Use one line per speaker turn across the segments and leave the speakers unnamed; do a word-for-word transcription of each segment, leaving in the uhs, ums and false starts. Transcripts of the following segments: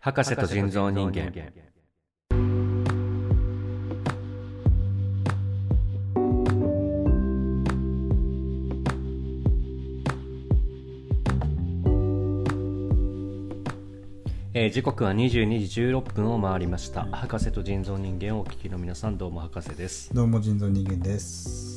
博士と人造人間。えー、時刻はにじゅうにじじゅうろっぷんを回りました。博士と人造人間をお聞きの皆さん、どうも博士です。
どうも人造人間です。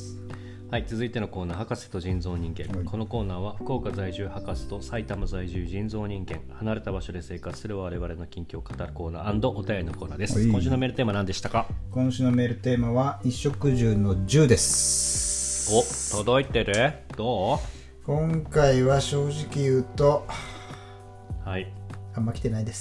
はい、続いてのコーナー、博士と人造人間、はい、このコーナーは福岡在住博士と埼玉在住人造人間、離れた場所で生活する我々の近況を語るコーナー&お便りのコーナーです。今週のメールテーマは何でしたか？
今週のメールテーマは衣食住の住です。
お、届いてる？どう？
今回は正直言うと、
はい、
あんま来てないです。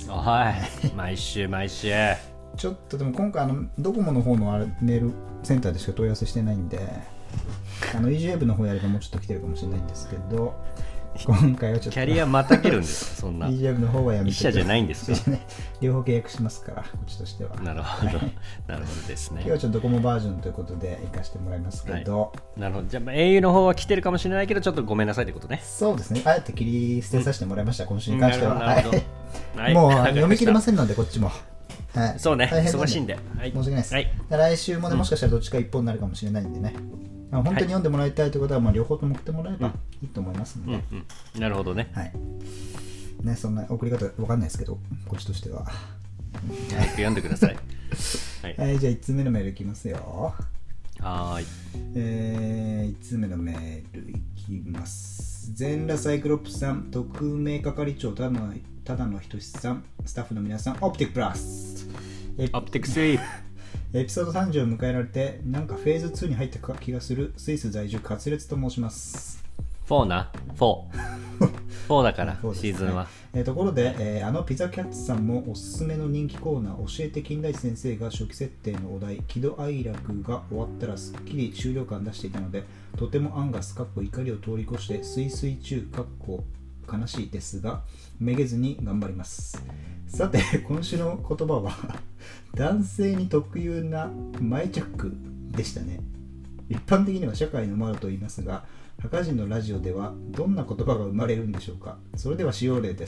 はい毎週毎週
ちょっとでも今回あのドコモの方のあれメールセンターでしか問い合わせしてないんで、あの イージーウェブ の方やればもうちょっと来てるかもしれないんですけど、今回はちょっと
キャリアまたげるんですか？そんな
イージーウェブ の方はやめて、
一社じゃないんですか？
両方契約しますから、こっちとしては。な
るほどなるほどですね。
今日はちょっとドコモバージョンということで行かせてもらいますけど、
はい、なるほど。じゃあ au の方は来てるかもしれないけど、ちょっとごめんなさいということね。
そうですね、あえて切り捨てさせてもらいました、うん、今週に関しては。
なるほど、
はい、もう読み切れませんのでこっちも、はい、
そうね、忙しいんで、
はい、申し訳ないです、
はい、
来週もね、もしかしたらどっちか一本になるかもしれないんでね、うん、本当に読んでもらいたいということは、まあ、両方とも送ってもらえばいいと思いますので、
うんうん、なるほどね、
はいね、そんな送り方わかんないですけど、こっちとしては
早く読んでください。
はい、はい、じゃあいちつめのメールいきますよ。
はい、
えー、いちつめのメールいきます。全裸サイクロプスさん、特命係長ただのただのひとしさん、スタッフの皆さん、オプティックプラス
オプティックスリー
エピソードさんじゅうを迎えられて、なんかフェーズツーに入った気がするスイス在住カツレツと申します。
フォーな、フォー。フォーだから、ね、シーズンは。
えー、ところで、えー、あのピザキャッツさんもおすすめの人気コーナー、教えて金田一先生が初期設定のお題、喜怒哀楽が終わったらすっきり終了感出していたので、とてもアンガス、かっこ怒りを通り越して、すいすい中、かっこ悲しいですが、めげずに頑張ります。さて、今週の言葉は、男性に特有なマイチャックでしたね。一般的には社会の窓と言いますが、博士のラジオではどんな言葉が生まれるんでしょうか。それでは使用例です。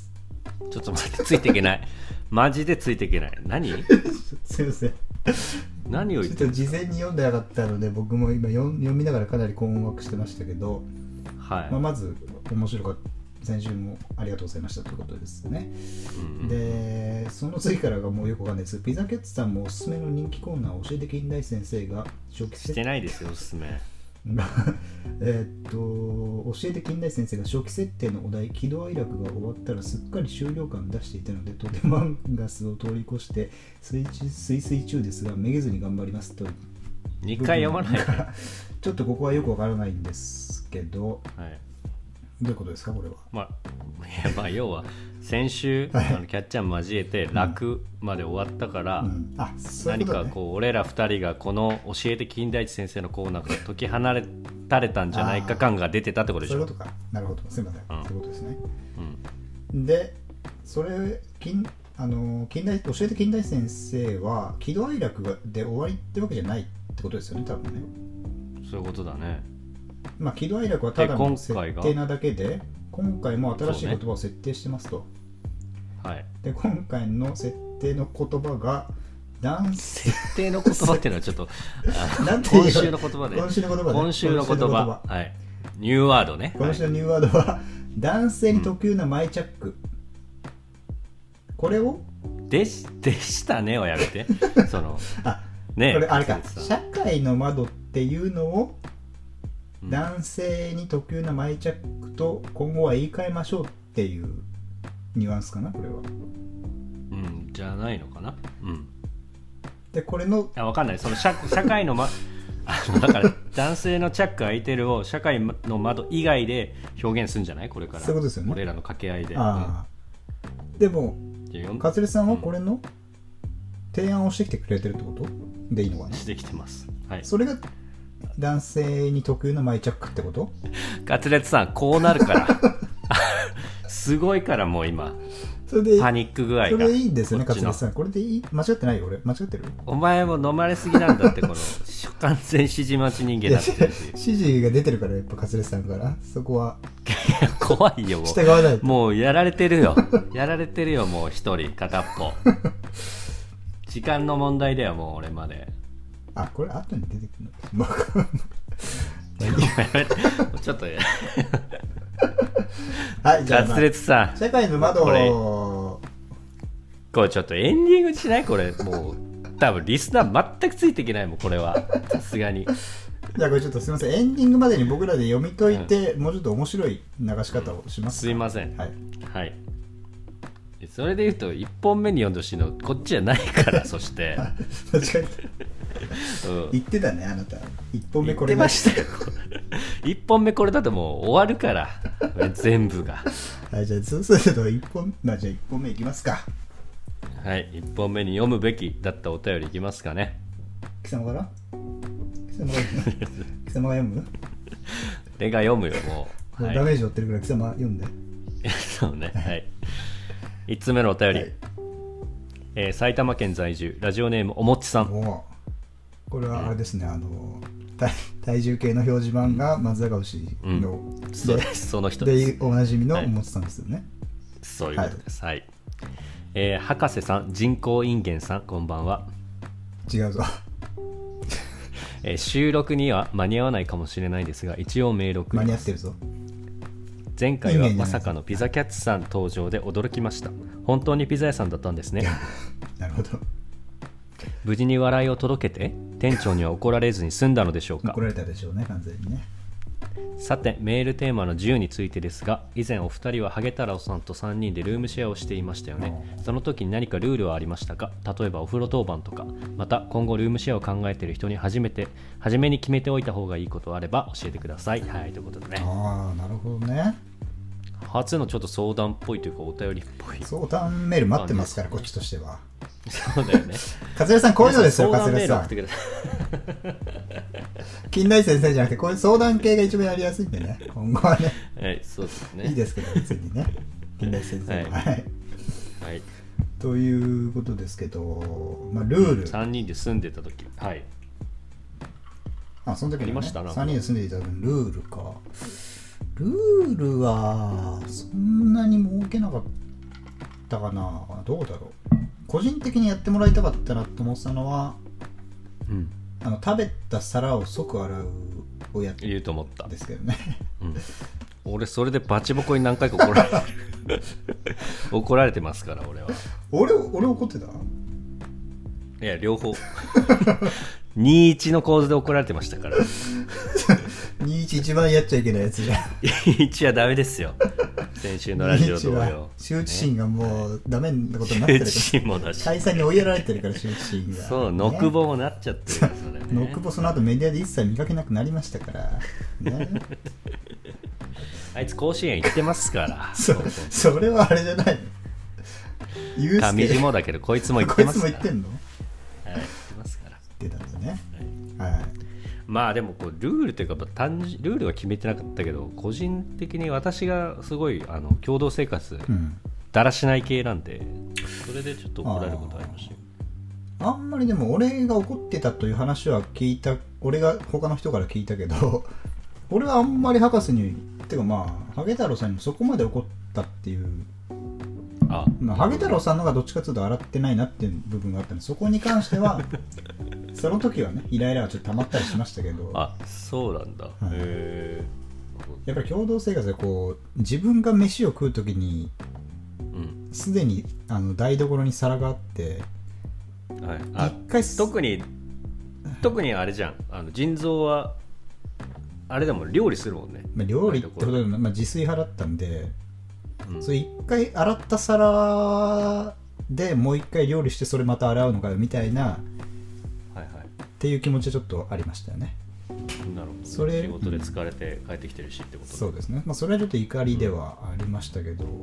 ちょっと待って、ついていけないマジでついていけない。何
すいません、
何を言って
ちょっと事前に読んでなかったので、僕も今読みながらかなり困惑してましたけど、
はい、
まあ、まず面白かった、先週もありがとうございましたということですね、うんうん、でその次からがもうよくわかんないです。ピザキャッツさんもおすすめの人気コーナー、教えて金田一先生が初期設定
してないですよ、おすすめ
えっと教えて金田一先生が初期設定のお題、喜怒哀楽が終わったらすっかり終了感出していたので、とてもアンガスを通り越して水水中ですがめげずに頑張りますと。
にかい読まない
ちょっとここはよくわからないんですけど、はい、どういうことですかこれは。
まあ、いやまあ要は先週、はい、あのキャッチャン交えて楽まで終わったから、うんうん、あ、そういうことね、何かこう俺らふたりがこの教えて金田一先生のコーナーから解き放たれたんじゃないか感が出てたってことでしょ。
そういうことか。なるほど、すいません、うん、そういうことですね、
うん、
でそれ金あの金田教えて金田一先生は喜怒哀楽で終わりってわけじゃないってことですよね、多分ね。
そういうことだね。
まあ、喜怒哀楽はただの設定なだけで、今回も新しい言葉を設定してますと、ね、はい、で今回の設定の言葉が男性
設定の言葉っていうのはちょっと
なんていう
今週の言葉で
今週の言葉で
今週の言葉、はい、ニューワードね。
今週のニューワードは、男性に特有なマイチャック、うん、これを
でし、でしたねをやめてその
あ、ね、これあれか、社会の窓っていうのを男性に特有なマイチャックと今後は言い換えましょうっていうニュアンスかな、これは。
うん、じゃないのかな。うん。
でこれの
あ、分かんない。その 社, 社会の、ま、だから男性のチャック開いてるを社会の窓以外で表現するんじゃない？これから。
そういうことですよね。
俺らの掛け合いで。
あ、うん、でもカツレさんはこれの提案をしてきてくれてるってことでいいのかな。
してきてます。はい。
それが男性に特有のマイチャックってこと？
カツレツさん、こうなるからすごいからもう今
それで
パニック具合が。
それでいいんですよね、
こっちの
勝さん。これでいい？間違ってないよ俺。間違ってる？
お前も飲まれすぎなんだってこの完全指示待ち人間だってるし
指示が出てるからやっぱ勝さんからそこは
怖いよもう。
従わないと。
もうやられてるよやられてるよもう一人片っぽ時間の問題だよもう俺まで。
あ、これ後に出てくるの
ちょっと
はいじゃあ、まあ、
滑舌さん
社会の窓を
これこれちょっとエンディングにしない？これもう多分リスナー全くついていけないもんこれはさすがに。
じゃあこれちょっとすみません、エンディングまでに僕らで読み解いて、うん、もうちょっと面白い流し方をします、
うん、すいません。
はい、はい、
それで言うといっぽんめに読んでほしいのこっちじゃないからそして
間違えた、うん、言ってたねあなた。いっぽんめこれ
言ってましたよいっぽんめこれだともう終わるから全部が。
はい、じゃあそうするといっぽん、まあ、じゃあいっぽんめいきますか。
はい、いっぽんめに読むべきだったお便りいきますかね。
貴様から貴様が読む貴様が読む
俺が読むよもう、
もうダメージ負ってるから貴様読んで
そうね。はいいつつめのお便り、はい、えー、埼玉県在住ラジオネームおもちさん。
おこれはあれですね、あの体重計の表示板が松坂牛の、
うん、そうですその人です。
でおなじみのおもちさんですよね、はい、
そういうことです。はい、はい、えー、博士さん人工インゲンさんこんばんは。
違うぞ
えー、収録には間に合わないかもしれないですが一応メール送ります。
間に合ってるぞ。
前回はまさかのピザキャッツさん登場で驚きました。本当にピザ屋さんだったんですね
なるほど。
無事に笑いを届けて店長には怒られずに済んだのでしょうか。
怒られたでしょうね完全にね。
さてメールテーマの自由についてですが、以前お二人はハゲ太郎さんとさんにんでルームシェアをしていましたよね。その時に何かルールはありましたか？例えばお風呂当番とか。また今後ルームシェアを考えている人に初めて初めに決めておいた方がいいことあれば教えてください。はい、ということでね。
ああなるほどね。
初のちょっと相談っぽいというかお便りっぽい
相談メール待ってますからこっちとしては。
そうだよね。
桂さんこういうのですよ。
相談メール
桂さん
送ってください
金田一先生じゃなくてこういう相談系が一番やりやすいんでね今後はね、
はい、そうですね。
いいですけど別にね金田一先生は、はいはい、ということですけど、まあ、ルール
さんにんで住んでた時、はい、
あその時に、ね、
ありましたな。
さんにんで住んでいた時ルールか。ルールはそんなに設けなかったかな。どうだろう。個人的にやってもらいたかったなと思ってたのは、うん、あの食べた皿を即洗うをやって
言うと思った
んですけどね、
うん、俺それでバチボコに何回か怒られてる怒られてますから俺は。
俺俺怒ってた？
いや両方にいちの構図で怒られてましたから
にいち一番やっちゃいけないやつじゃん
にいちはダメですよ。先週のラジオ同様
羞恥心がもうダメなことになってるから、
羞恥心もだし
解散に追いやられてるから羞恥心が、ね、
そうノクボもなっちゃってるからそれ、ね、
ノクボその後メディアで一切見かけなくなりましたから、ね、
あいつ甲子園行ってますから
そ, それはあれじゃないの
上地もだけどこいつも行ってますから
こいつも行ってんの？
はい、行ってますから。
行ってたんだね、はい、はい。
まあでもこうルールというか単純ルールは決めてなかったけど個人的に私がすごいあの共同生活、うん、だらしない系なんでそれでちょっと怒られることありましたよ。
あ, あんまりでも俺が怒ってたという話は聞いた。俺が他の人から聞いたけど俺はあんまり博士にてかまあハゲ太郎さんにもそこまで怒ったっていう。あ、まあ、ハゲ太郎さんのがどっちかというと洗ってないなっていう部分があったのでそこに関してはその時はねイライラはちょっと溜まったりしましたけど。
あ、そうなんだ、はい、へ
ー。やっぱり共同生活でこう自分が飯を食う時にすで、うん、にあの台所に皿があって、
はい、あ一回特に特にあれじゃん、あの腎臓はあれでも料理するもんね、
まあ、料理ってことで、まあ、自炊派だったんで、うん、それ一回洗った皿でもう一回料理してそれまた洗うのかよみたいな、はいはい、っていう気持ちはちょっとありましたよね。
なるほど。それ仕事で疲れて帰ってきてるしってこと、
うん、そうですね、まあ、それはちょっと怒りではありましたけど、うん、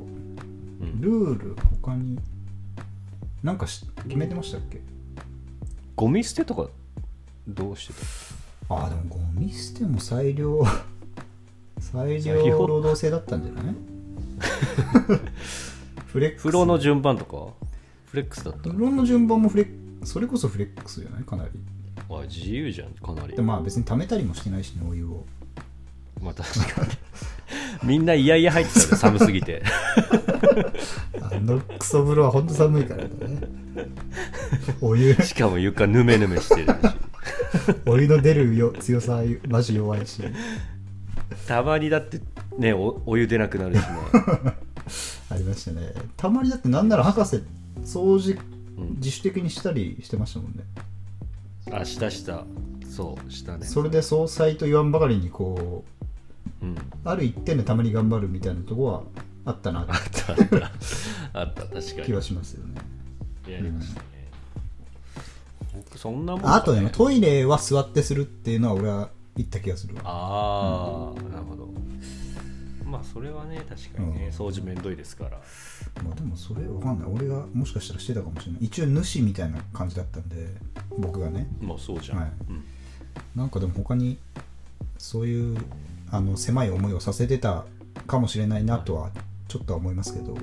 ルール他になんかし決めてましたっけ？
ゴミ捨てとかどうしてた？
ああでもゴミ捨ても裁量裁量労働制だったんじゃない？ フレックス
風呂の順番とかフレックスだった。
風呂の順番もフレッそれこそフレックスじゃないかなり。
あ、自由じゃんかなり。
でまあ別に溜めたりもしてないしね、お湯を。
まあ確かにみんないやいや入ってたね、寒すぎて
あのクソ風呂はほんと寒いからねお湯
しかも床ヌメヌメしてるし
お湯の出るよ強さはマジ弱いし、
たまにだってね お, お湯出なくなるしね
ありましたね。たまにだってなんなら博士掃除自主的にしたりしてましたもんね、
うん、あしたしたそうしたね。
それで総裁と言わんばかりにこう、うん、ある一点でたまに頑張るみたいなとこはあったなって
あったあったあった確かに
気はしますよね。
やりましたね、うん、そんなもん、ね、
あとねトイレは座ってするっていうのは俺は言った気がする。
ああ、うん、なるほど。まあそれはね確かにね、うん、掃除めんどいですから。
まあでもそれわかんない、俺がもしかしたらしてたかもしれない。一応主みたいな感じだったんで僕がね。
まあそうじゃん、はい、うん、
なんかでも他にそういうあの狭い思いをさせてたかもしれないなとはちょっとは思いますけど、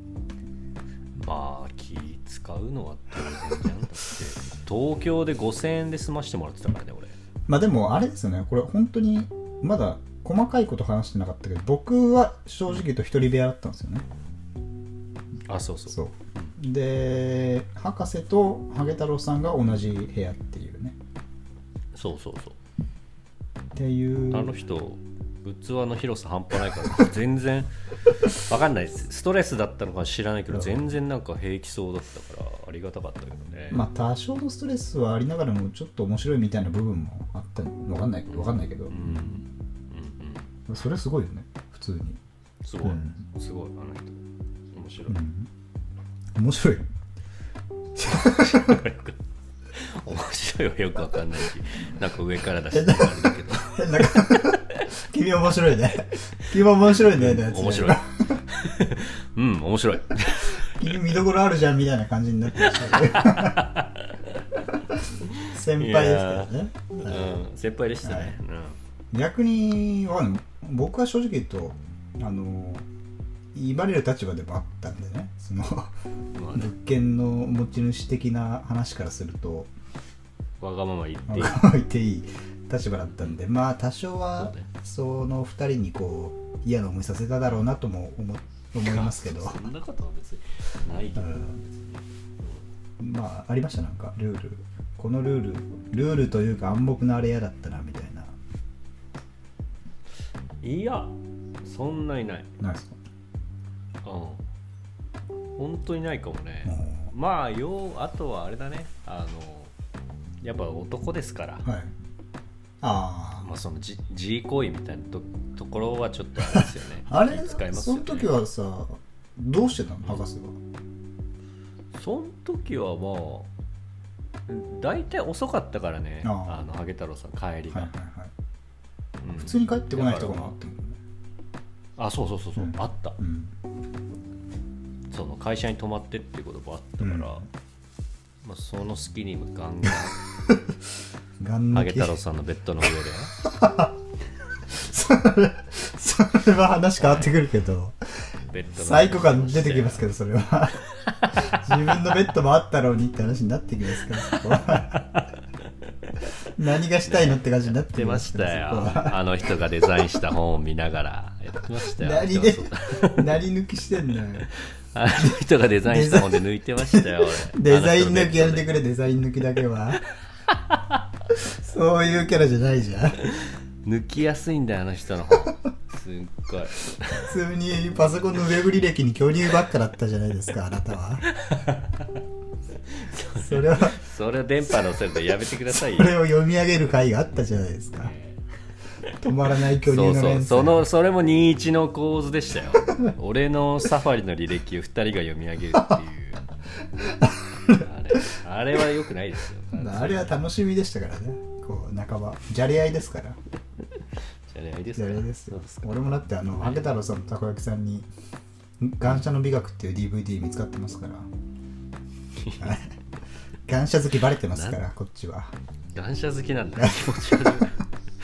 まあ気使うのは当然じゃんだって東京でごせんえんで済ましてもらってたからね俺。
まあでもあれですよね、これ本当にまだ細かいこと話してなかったけど僕は正直言うと一人部屋だったんですよね。
あ、そうそう
そうで博士とハゲ太郎さんが同じ部屋っていうね。
そうそうそう
っていう
あの人器の広さ半端ないから全然わかんないです。ストレスだったのか知らないけど全然なんか平気そうだったからありがたかったけどね。
まあ多少のストレスはありながらもちょっと面白いみたいな部分もあったのわかんないわかんないけど、うんうんうん、それはすごいよね普通に。
すごい、うん、すごいあの人面白い、うん、
面白い
面白いはよくわかんないしなんか上から出してあれだけどなんか
君面白いね君面白いねのやつ
面白いうん面白い
君見どころあるじゃんみたいな感じになってましたけど先輩ですからね、
うん、先輩でしたね、はい
うん、逆にわかんない僕は正直言うとあの言われる立場でもあったんでね、その物件の持ち主的な話からすると
わがまま言っていい
わがまま言っていい立場だったんで、まあ多少はそのふたりにこう嫌な思いさせただろうなとも 思, 思いますけど
そんなことは別にないけど、
うん、まあありました。なんかルールこのルールルールというか暗黙のあれ嫌だったなみたいな。
いやそんなにない。
ないですか。
うん、本当にないかもね。まあよあとはあれだね、あのやっぱ男ですから、はい、あまあその自慰行為みたいな と, ところはちょっとあれですよね
あれ使いますよね。その時はさどうしてたの博士は。
その時はまあだいたい遅かったからね、ああのハゲ太郎さん帰りが、はいはいはい
うん、普通に帰ってこない人かなって思う。
あそうそうそうそう、うん、あった、
うん、
その会社に泊まってっていうこともあったから、うんまあ、その隙にガンガンハゲ太郎さんのベッドの上で
それそれは話変わってくるけどベッドのサイコ感出てきますけど、それは自分のベッドもあったろうにって話になってきますからそこは何がしたいのって感じになって
ましたよ。あの人がデザインした本を見ながらやってましたよ。
何で何抜きしてんのよ。
あの人がデザインした本で抜いてましたよ
俺。デザイン抜きやめてくれ、デザイン抜きだけはそういうキャラじゃないじゃん。
抜きやすいんだよあの人の本。すっごい
普通にパソコンのウェブ履歴に巨乳ばっかだったじゃないですかあなたは。それは
それは電波のせるとやめてくださいよ。
それを読み上げる回があったじゃないですか。止まらない巨乳の連載。
そうそうそのそれもにじゅういちの構図でしたよ。俺のサファリの履歴をふたりが読み上げるっていうあれあれは良くないですよ。
あれは楽しみでしたからね。こう半ばじゃれ合いですから。
じゃれ合いですか。
じゃれ合いですよ。俺もだってあのハゲ太郎さんとたこ焼きさんに感謝の美学っていう ディーブイディー 見つかってますから感謝好きバレてますからこっちは。
感謝好きなんだ。気持ち悪い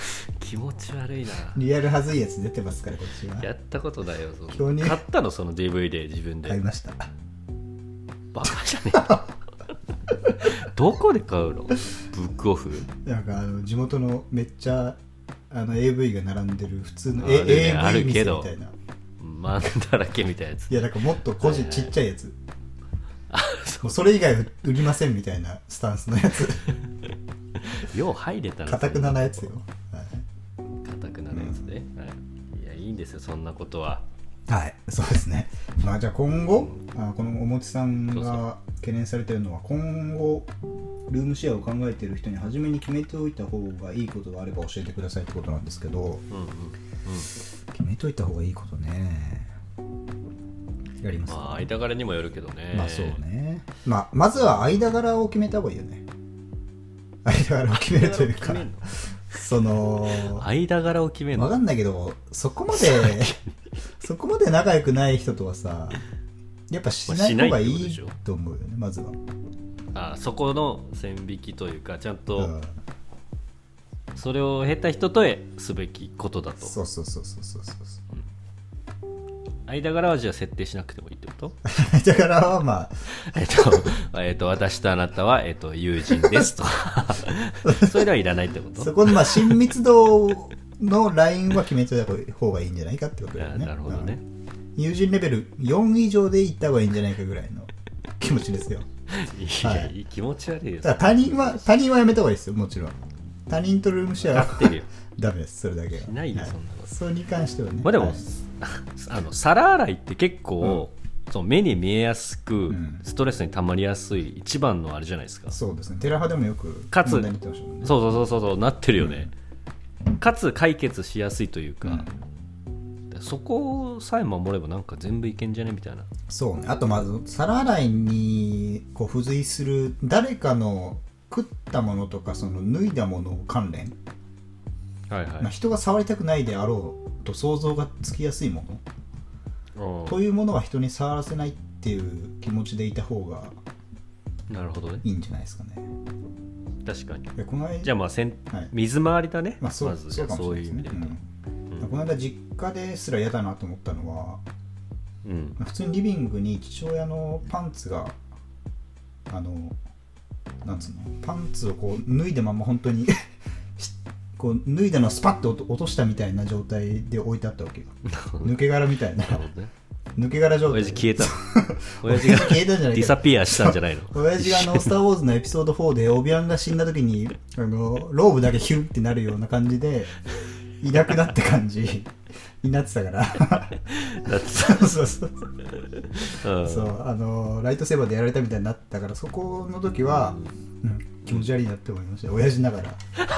気持ち悪いな。
リアルはずいやつ出てますからこっちは。
やったことないよ。
今日に
買ったのその ディーブイディー 自分で。
買いました。
バカじゃねえか。どこで買うの？ブックオフ？
なんかあの地元のめっちゃあの エーブイ が並んでる普通の、
あるね、
エー
あ
ブイ
るけど
店みたいな。
漫だらけみたいなやつ。
いやなんかもっと個人ちっちゃいやつ。
あ、そう。
もうそれ以外売りませんみたいなスタンスのやつ。
よう入れたな。
かたくななやつよ。
かたくななやつね、うん、はい。いやいいんですよそんなことは。
はい、そうですね。まあじゃあ今後、うん、あこのおもちさんが懸念されているのは、今後ルームシェアを考えている人に初めに決めておいた方がいいことがあれば教えてくださいってことなんですけど、うんうんうん、決めておいた方がいいことね。やりますか、ね。
まあ間柄にもよるけどね。
まあそうね。まあまずは間柄を決めた方がいいよね。間柄を決めるというか、その
間柄を決めるの。
わかんないけど、そこまでそこまで仲良くない人とはさ、やっぱしない方がいいと思うよね、まずは。
ああ、そこの線引きというか、ちゃんとそれを経た人とへすべきことだと。
そうそうそうそうそうそう、
うん、間柄はじゃあ設定しなくてもいいってこと？
間柄はまあ
えっと、えっと、私とあなたは、えっと、友人ですとそれではいらないってこと？
そこのまあ親密度のラインは決めておいた方がいいんじゃないかってことだよね。
なるほどね。
友人レベルよん以上でいった方がいいんじゃないかぐらいの気持ちですよ。
いや、はい、気持ち悪いです。
だから他人は他人はやめた方がいいですよ、もちろん。他人とルームシェア
はってるよ。
ダメです、それだけは。
しないよ、
はい、
そんなの。
それに関してはね。
まあでも、
はい、
あの皿洗いって結構、うん、そう目に見えやすく、うん、ストレスに溜まりやすい一番のあれじゃないですか。
そうですね。テラハでもよく
かつ、
問題になってましたもんね。
そうそうそうそうなってるよね。うん、かつ解決しやすいというか、うん、そこさえ守ればなんか全部いけんじゃねみたいな。
そうね。あとまず皿洗いにこう付随する誰かの食ったものとかその脱いだもの関連、
はいはい、
まあ、人が触りたくないであろうと想像がつきやすいものというものは人に触らせないっていう気持ちでいた方が
なるほどね、
いいんじゃないですかね。
確かに。
この間
じゃあまあせん、はい、水回りだね、
まあ、そう
まず
そうかもしれないですね。
そういう意味で言うと、
うんうん、この間実家ですら嫌だなと思ったのは、うん、普通にリビングに父親のパンツがあのなんつうのパンツをこう脱いだまま本当にこう脱いだのをスパッと落としたみたいな状態で置いてあったわけよ。抜け殻みたいな。なるほどね。抜け殻状態。
親父消えたの。親父が消えたんじゃないか。ディサピアしたんじゃないの。
親父があのスター・ウォーズのエピソードフォーでオビワンが死んだ時にあのローブだけヒュンってなるような感じでいなくなって感じになってたから。だってそうそうそう。うん、そうあのライトセーバーでやられたみたいになったから、そこの時は、うんうん、気持ち悪いなって思いました。親父ながら。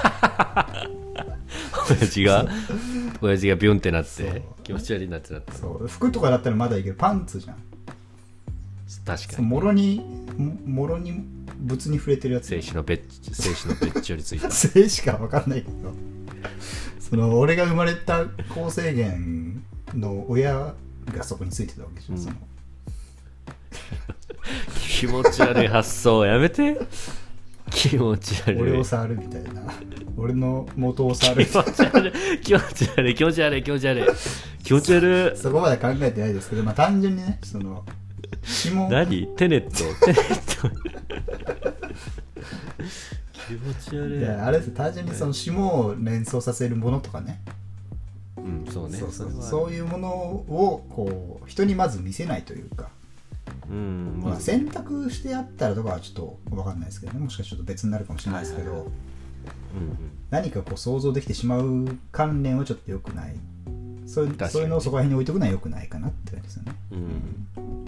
親父が親父がビュンってなって気持ち悪いなってなった。
そう服とかだったらまだいいけどパンツじゃん。
確かに。
もろにもろに物に触れてるやつ。
精子のべっ精子のべっちょりついた。
精子か分かんないけど、その俺が生まれた高精原の親がそこについてたわけじゃん、うん、その
気持ち悪い発想やめて。気持ち悪い。
俺を触るみたいな。俺の元を触る。
気持ち悪い気持ち悪い気持ち悪い気持ち悪い気持ち悪い。
そこまで考えてないですけど、まあ単純にね、その指紋。
何テネットテネット気持ち悪い。
いやあれです、単純にその指紋を連想させるものとかね。
うん、そうね。
そうそう、そういうものをこう人にまず見せないというか。うんまあ、選択してあったらとかはちょっと分かんないですけどね、もしかしたらちょっと別になるかもしれないですけど、はいはいはい、うんうん、何かこう想像できてしまう関連はちょっと良くない。そういう、そういうのをそこら辺に置いとくのは良くないかなって感じですよね、うんうん、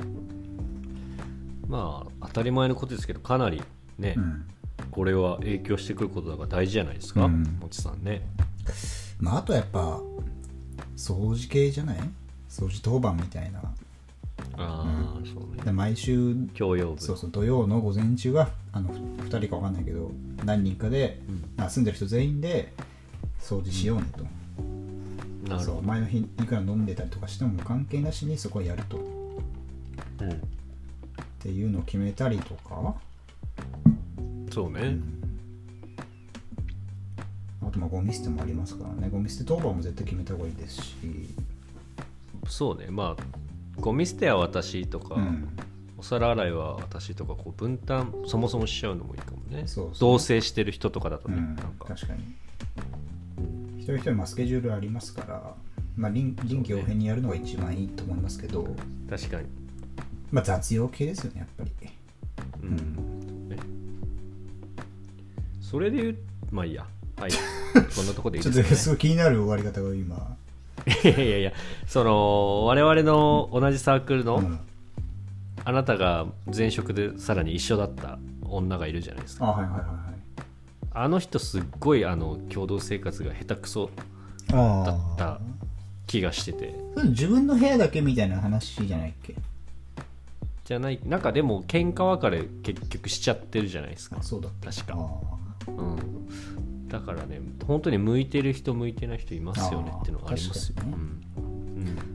まあ当たり前のことですけどかなりね、うん、これは影響してくることだから大事じゃないですか、うん、もちさんね。
まああとやっぱ掃除系じゃない？掃除当番みたいな。
ああ、うん、そうね。
で毎週
教養部、
そうそう土曜の午前中はあのふたりか分かんないけど何人かで、うん、住んでる人全員で掃除しようねと、うん、なるほど。そう前の日いくら飲んでたりとかしても関係なしにそこはやると、うん、っていうのを決めたりとか。
そうね、
うん、あとまあゴミ捨てもありますからね。ゴミ捨て当番も絶対決めた方がいいですし。
そうね、まあゴミ捨ては私とか、うん、お皿洗いは私とか、こう分担そもそもしちゃうのもいいかもね。そうそう、同棲してる人とかだとね、うん、なんか
確かに一人一人まあスケジュールありますから、まあ、臨臨機応変にやるのが一番いいと思いますけど、
確かに、
まあ、雑用系ですよねやっぱり。
うん、うんね、それで言う、まあいいや、はいこんなとこでいいですかね。
ちょっとすごい気になる終わり方が今
いやいやいや、その我々の同じサークルの、うん、あなたが前職でさらに一緒だった女がいるじゃないですか。
あ、はいはいはいはい、
あの人すっごいあの共同生活が下手くそだった気がしてて。
自分の部屋だけみたいな話じゃないっけ。
じゃない、なんかでも喧嘩別れ結局しちゃってるじゃないですか。
あ、そうだった。
確か。うん。だからね、本当に向いてる人向いてない人いますよねっていうのがありますよね。うんうん、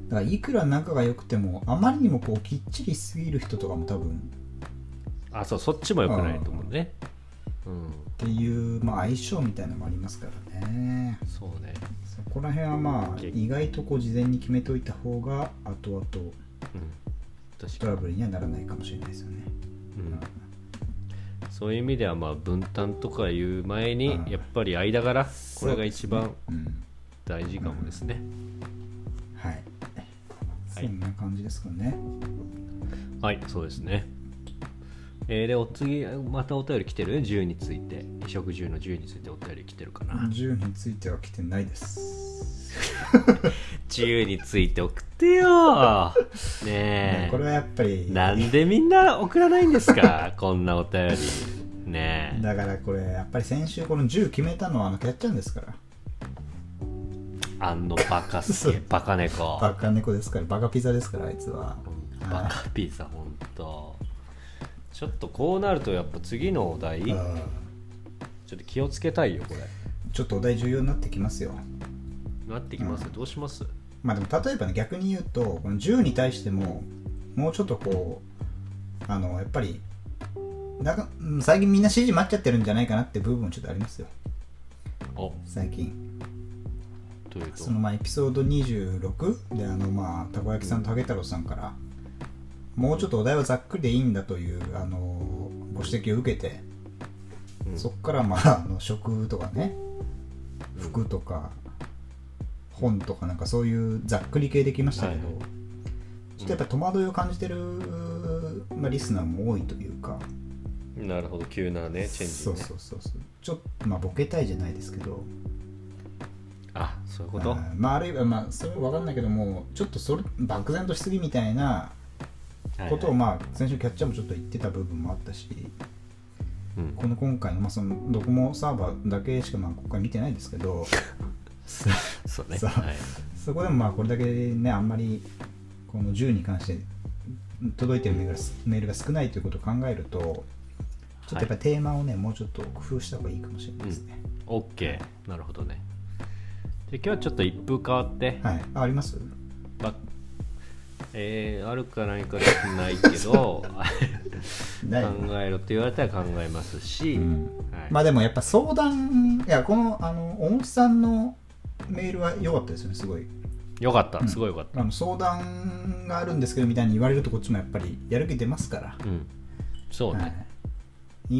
だからいくら仲が良くてもあまりにもこうきっちりしすぎる人とかも多分、
あ、そう、そっちも良くないと思うね。うん、
っていう、まあ、相性みたいなのもありますからね。
そうね。
そこら辺はまあ意外とこう事前に決めといた方が後々、うん、トラブルにはならないかもしれないですよね。
うんうん、そういう意味ではまあ分担とかいう前にやっぱり間柄、これが一番大事かもですね。
はい、そんな感じですかね。
はい、そうですね。えー、でお次またお便り来てる？じゅうについて、衣食住のじゅうについてお便り来てるかな。
じゅうについては来てないです
じゅうについて送ってよねえ。
これはやっぱり
なんでみんな送らないんですかこんなお便りねえ。
だからこれやっぱり先週このじゅう決めたのはあのキャッチャンですから。
あのバカすげバカ猫
バカ猫ですから、バカピザですからあいつは。
バカピザ、ほんとちょっとこうなるとやっぱ次のお題ちょっと気をつけたいよ。これ
ちょっとお題重要になってきますよ。
なってきます、うん、どうします？
まあでも例えばね、逆に言うとこのじゅうに対してももうちょっとこうあのやっぱりなんか最近みんな指示待っちゃってるんじゃないかなって部分もちょっとありますよ。
お
最近
というと
そのまあエピソードにじゅうろくであのまあたこ焼きさんとハゲ太郎さんからもうちょっとお題はざっくりでいいんだというあのご指摘を受けて、うん、そこからまああの食とかね、服とか本とかなんかそういうざっくり系できましたけど、はい、ちょっとやっぱ戸惑いを感じてる、まあ、リスナーも多いというか。
なるほど、急なねチェンジね。
そうそうそうそう、ちょっとまあボケたいじゃないですけど、
あ、そういうこと。
あ、まあ、あるいはまあそれは分かんないけども、ちょっとそれ漠然としすぎみたいなことを、まあ、はいはい、先週キャッチャーもちょっと言ってた部分もあったし、うん、この今回の、まあ、そのドコモサーバーだけしかまあ今回見てないですけど
そうね、
そ,
はい、
そこでもまあこれだけね、あんまりこの銃に関して届いてるメールが、メールが少ないということを考えると、ちょっとやっぱりテーマをね、もうちょっと工夫した方がいいかもしれないですね。
うん、OK、なるほどね。で今日はちょっと一風変わって、
はい、あ, あります
ばえー、あるかないかないけど考えろって言われたら考えますし、うん、はい、ま
あでもやっぱ相談、いやこのあのおもちさんのメールは良かったですよね。すごい
良かった、すごい良かった、
うん、あの相談があるんですけどみたいに言われるとこっちもやっぱりやる気出ますから、
うん、そうね、はい、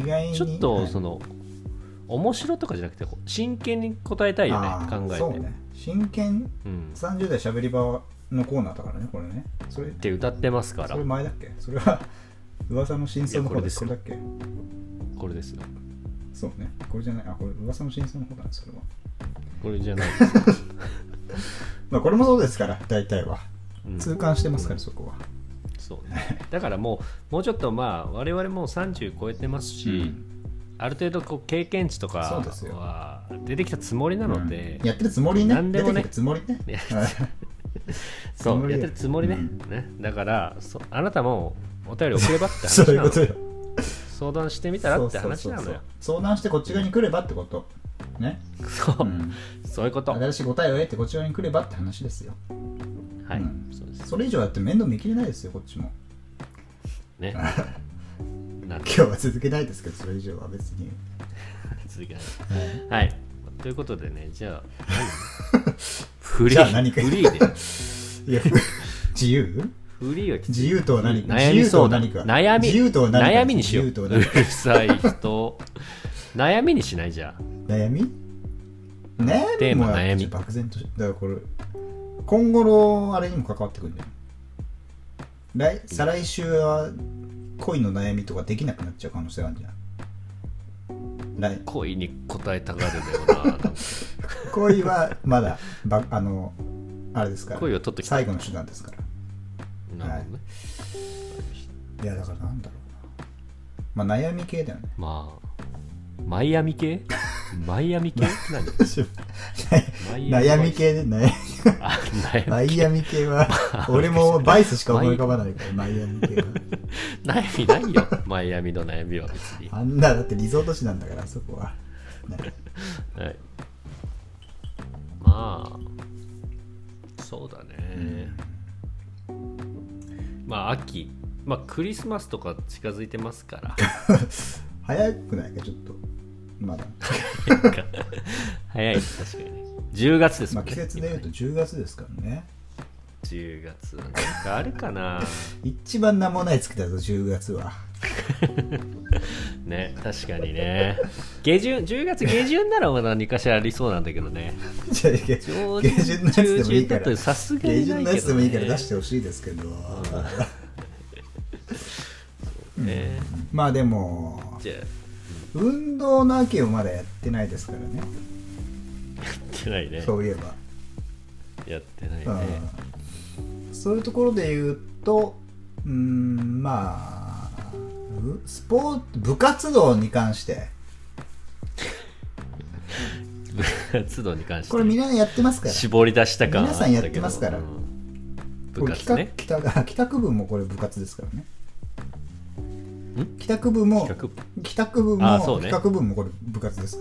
意外に
ちょっとその、はい、面白とかじゃなくて真剣に答えたいよね、考えて。そうね、
真剣、うん、さんじゅう代しゃべり場のコーナーだからね、これね。それ
って歌ってますから。
それ前だっけ？それは噂の真相の方です。これだっけ？
これですよ。
そうね、これじゃない。あ、これ噂の真相の方なんです、それは。
これじゃないです
まあこれもそうですから、大体は。うん、痛感してますから、うん、そこは。
そうね。だからもう、もうちょっとまあ、我々もうさんじゅう超えてますし、うん、ある程度こう経験値とかは出てきたつもりなので、
うん、やってるつもりね。
何でもね。
出てきたつもりね。
そうやってるつもりね、うん、ね、だからそあなたもお便り送ればって話なの。
そういうことよ。
相談してみたらって話なのよ。そうそうそうそう、
相談してこっち側に来ればってことね。
そう、うん、そういうこと。
新しい答えを得てこっち側に来ればって話ですよ。
はい、うん、
そうです。それ以上やって面倒見きれないですよ、こっちも
ね。
今日は続けないですけど、それ以上は別に
続けない、はい、はい、 ということでね、じゃあ何フリ
じゃあ何か
ーフリーで
いや自由
フリーはきつい。
自由とは何か
悩み相談
自由とは何か
悩み
自由とは何か
悩みにしよう。
自由とは
う
何か
るさい人悩みにしないじゃん。
悩み悩み
テーマ
も
悩み
漠然としだからこれ今後のあれにも関わってくるんだよ。来再来週は恋の悩みとかできなくなっちゃう可能性があるじゃん。来
恋に答えたがるだよな。なんか
恋はまだばあのあれですから
恋を取ってきた
最後の手段ですから。
なるほどね。
いやだからなんだろうな、まあ悩み系だよね。
まあマイアミ系マイアミ系何
悩み系で悩
あ悩み
マイアミ系は俺もバイスしか思い浮かばないからマイアミ系は
悩みないよマイアミの悩みは別に。
あんなだってリゾート地なんだからそこは、ね、
はい、まあそうだね、うん、まあ秋、まあクリスマスとか近づいてますから
早くないかちょっとまだ
早いです確かにね。じゅうがつですもんね、
まあ、季節でいうとじゅうがつですからね。
じゅうがつなんかあるかな
一番名もない月だぞじゅうがつは
ね、確かにね。下旬じゅうがつ下旬ならまだ何かしらありそうなんだけどね。
じゃあ下旬のやつでもいいから
さすがに
下旬のやつでもいいから出してほしいですけど、
うんね、
まあでも
じゃあ
運動の秋をまだやってないですからね。
やってないね。
そういえば
やってないね、
うん、そういうところで言うとうーんまあスポーツ部活動に関して
部活動に関して
これみんなやってますから
絞り出した感
皆さんやってますから、うん、
部活ね。
帰宅帰宅部もこれ部活ですからね。帰宅部も帰宅部も、ね、帰宅部もこれ部活ですから。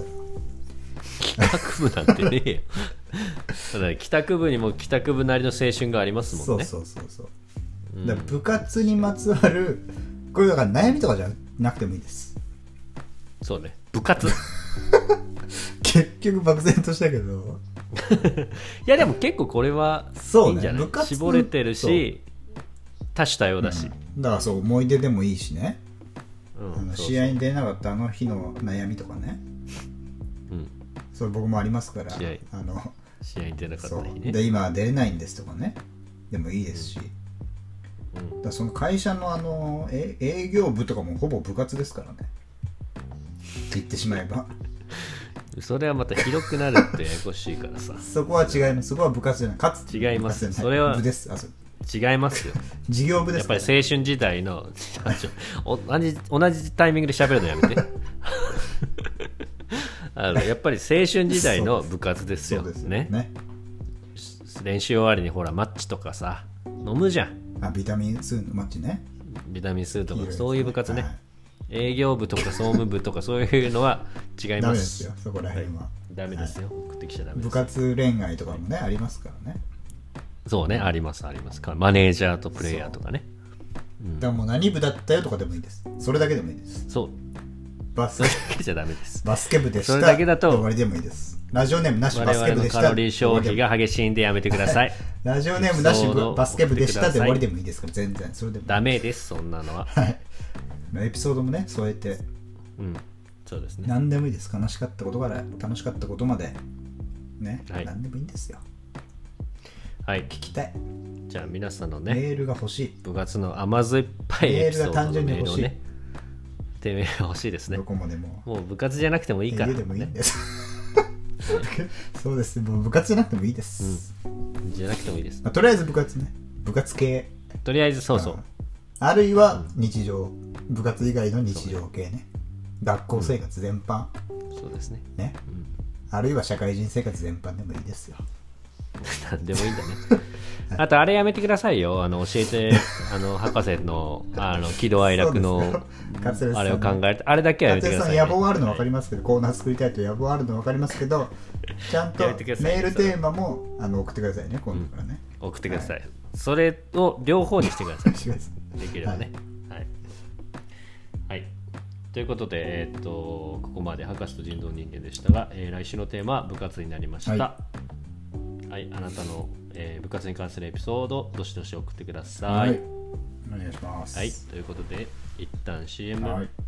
帰宅部なんてねえよただ帰宅部にも帰宅部なりの青春がありますもんね。
そうそうそうそう、うん、だから部活にまつわるこれだから悩みとかじゃなくてもいいです。
そうね、部活
結局漠然としたけど
いやでも結構これはいいんじゃない、ね、絞れてるし多種多様だし、
うん、だからそう思い出でもいいしね、
うん、
あの試合に出なかったあの日の悩みとかね、うん、それ僕もありますから。
試合
あの
試合に出なかった日ね。
で今出れないんですとかねでもいいですし、うん、だからその会社のあのえ営業部とかもほぼ部活ですからね言ってしまえば
それはまた広くなるってややこしいからさ
そこは違います。そこは部活じゃない。かつ
違います。それは
部です。あ、そ
違いますよ。
事業部です、
ね、やっぱり青春時代の同じ同じタイミングで喋るのやめてあのやっぱり青春時代の部活ですよ。そうですね。ね、練習終わりにほらマッチとかさ飲むじゃん。
あ、ビタミン数のマッチね。
ビタミン数とか、ね、そういう部活ね、はい、営業部とか総務部とかそういうのは違います。ダメ
ですよそこら辺は、はい、
ダメですよ、はい、送ってきちゃダメです。
部活恋愛とかもねありますからね。
そうね、ありますあります。マネージャーとプレイヤーとかね、
うん、だからもう何部だったよとかでもいいです。それだけでもいいです。
そう
バス
それだけじゃダメです。
バスケ部でした
それだけだと
終わりでもいいです。ラジオネームなしバスケ部でした。
我々のカロリー消費が激しいんでやめてください
ラジオネームなしバスケ部でしたで終わりでもいいですから。全然それでも
ダメです。そんなのは
はいエピソードもね添えて、
うん、そうですね。
何でもいいです。悲しかったことから楽しかったことまでね、はい、何でもいいんですよ。
はい、
聞きたい。
じゃあ皆さんのね
メールが欲しい。
部活の甘酸っぱいエピソードのメールをね、
メールが単純に欲しい。
てめえ欲しいですね。
どこまでも
もう部活じゃなくてもいいから、ね、
家でもいいんですそうです。もう部活じゃなくてもいいです、
うん、じゃなくてもいいです、
まあ、とりあえず部活ね。部活系
とりあえずそうそう、うん、
あるいは日常、うん、部活以外の日常系ね。学校生活全般、
うん、そうですね
ね、うん、あるいは社会人生活全般でもいいですよ
なんでもいいんだねあとあれやめてくださいよ。あの教えてあの博士のあの喜怒哀楽のあれを考えて、あれだけはやめてください、ね、
野望あるの分かりますけど、はい、コーナー作りたいと野望あるの分かりますけどちゃんとメールテーマもあの送ってくださいね今度からね、
うん、送ってください、はい、それを両方にしてくださいできればね、はい、はいはい、とということで、えー、とここまで博士と人造人間でしたが、えー、来週のテーマは部活になりました。はい、はい、あなたの、えー、部活に関するエピソードどしどし送ってください。
はい、お願いします。
はい、ということで一旦 シーエム、
はい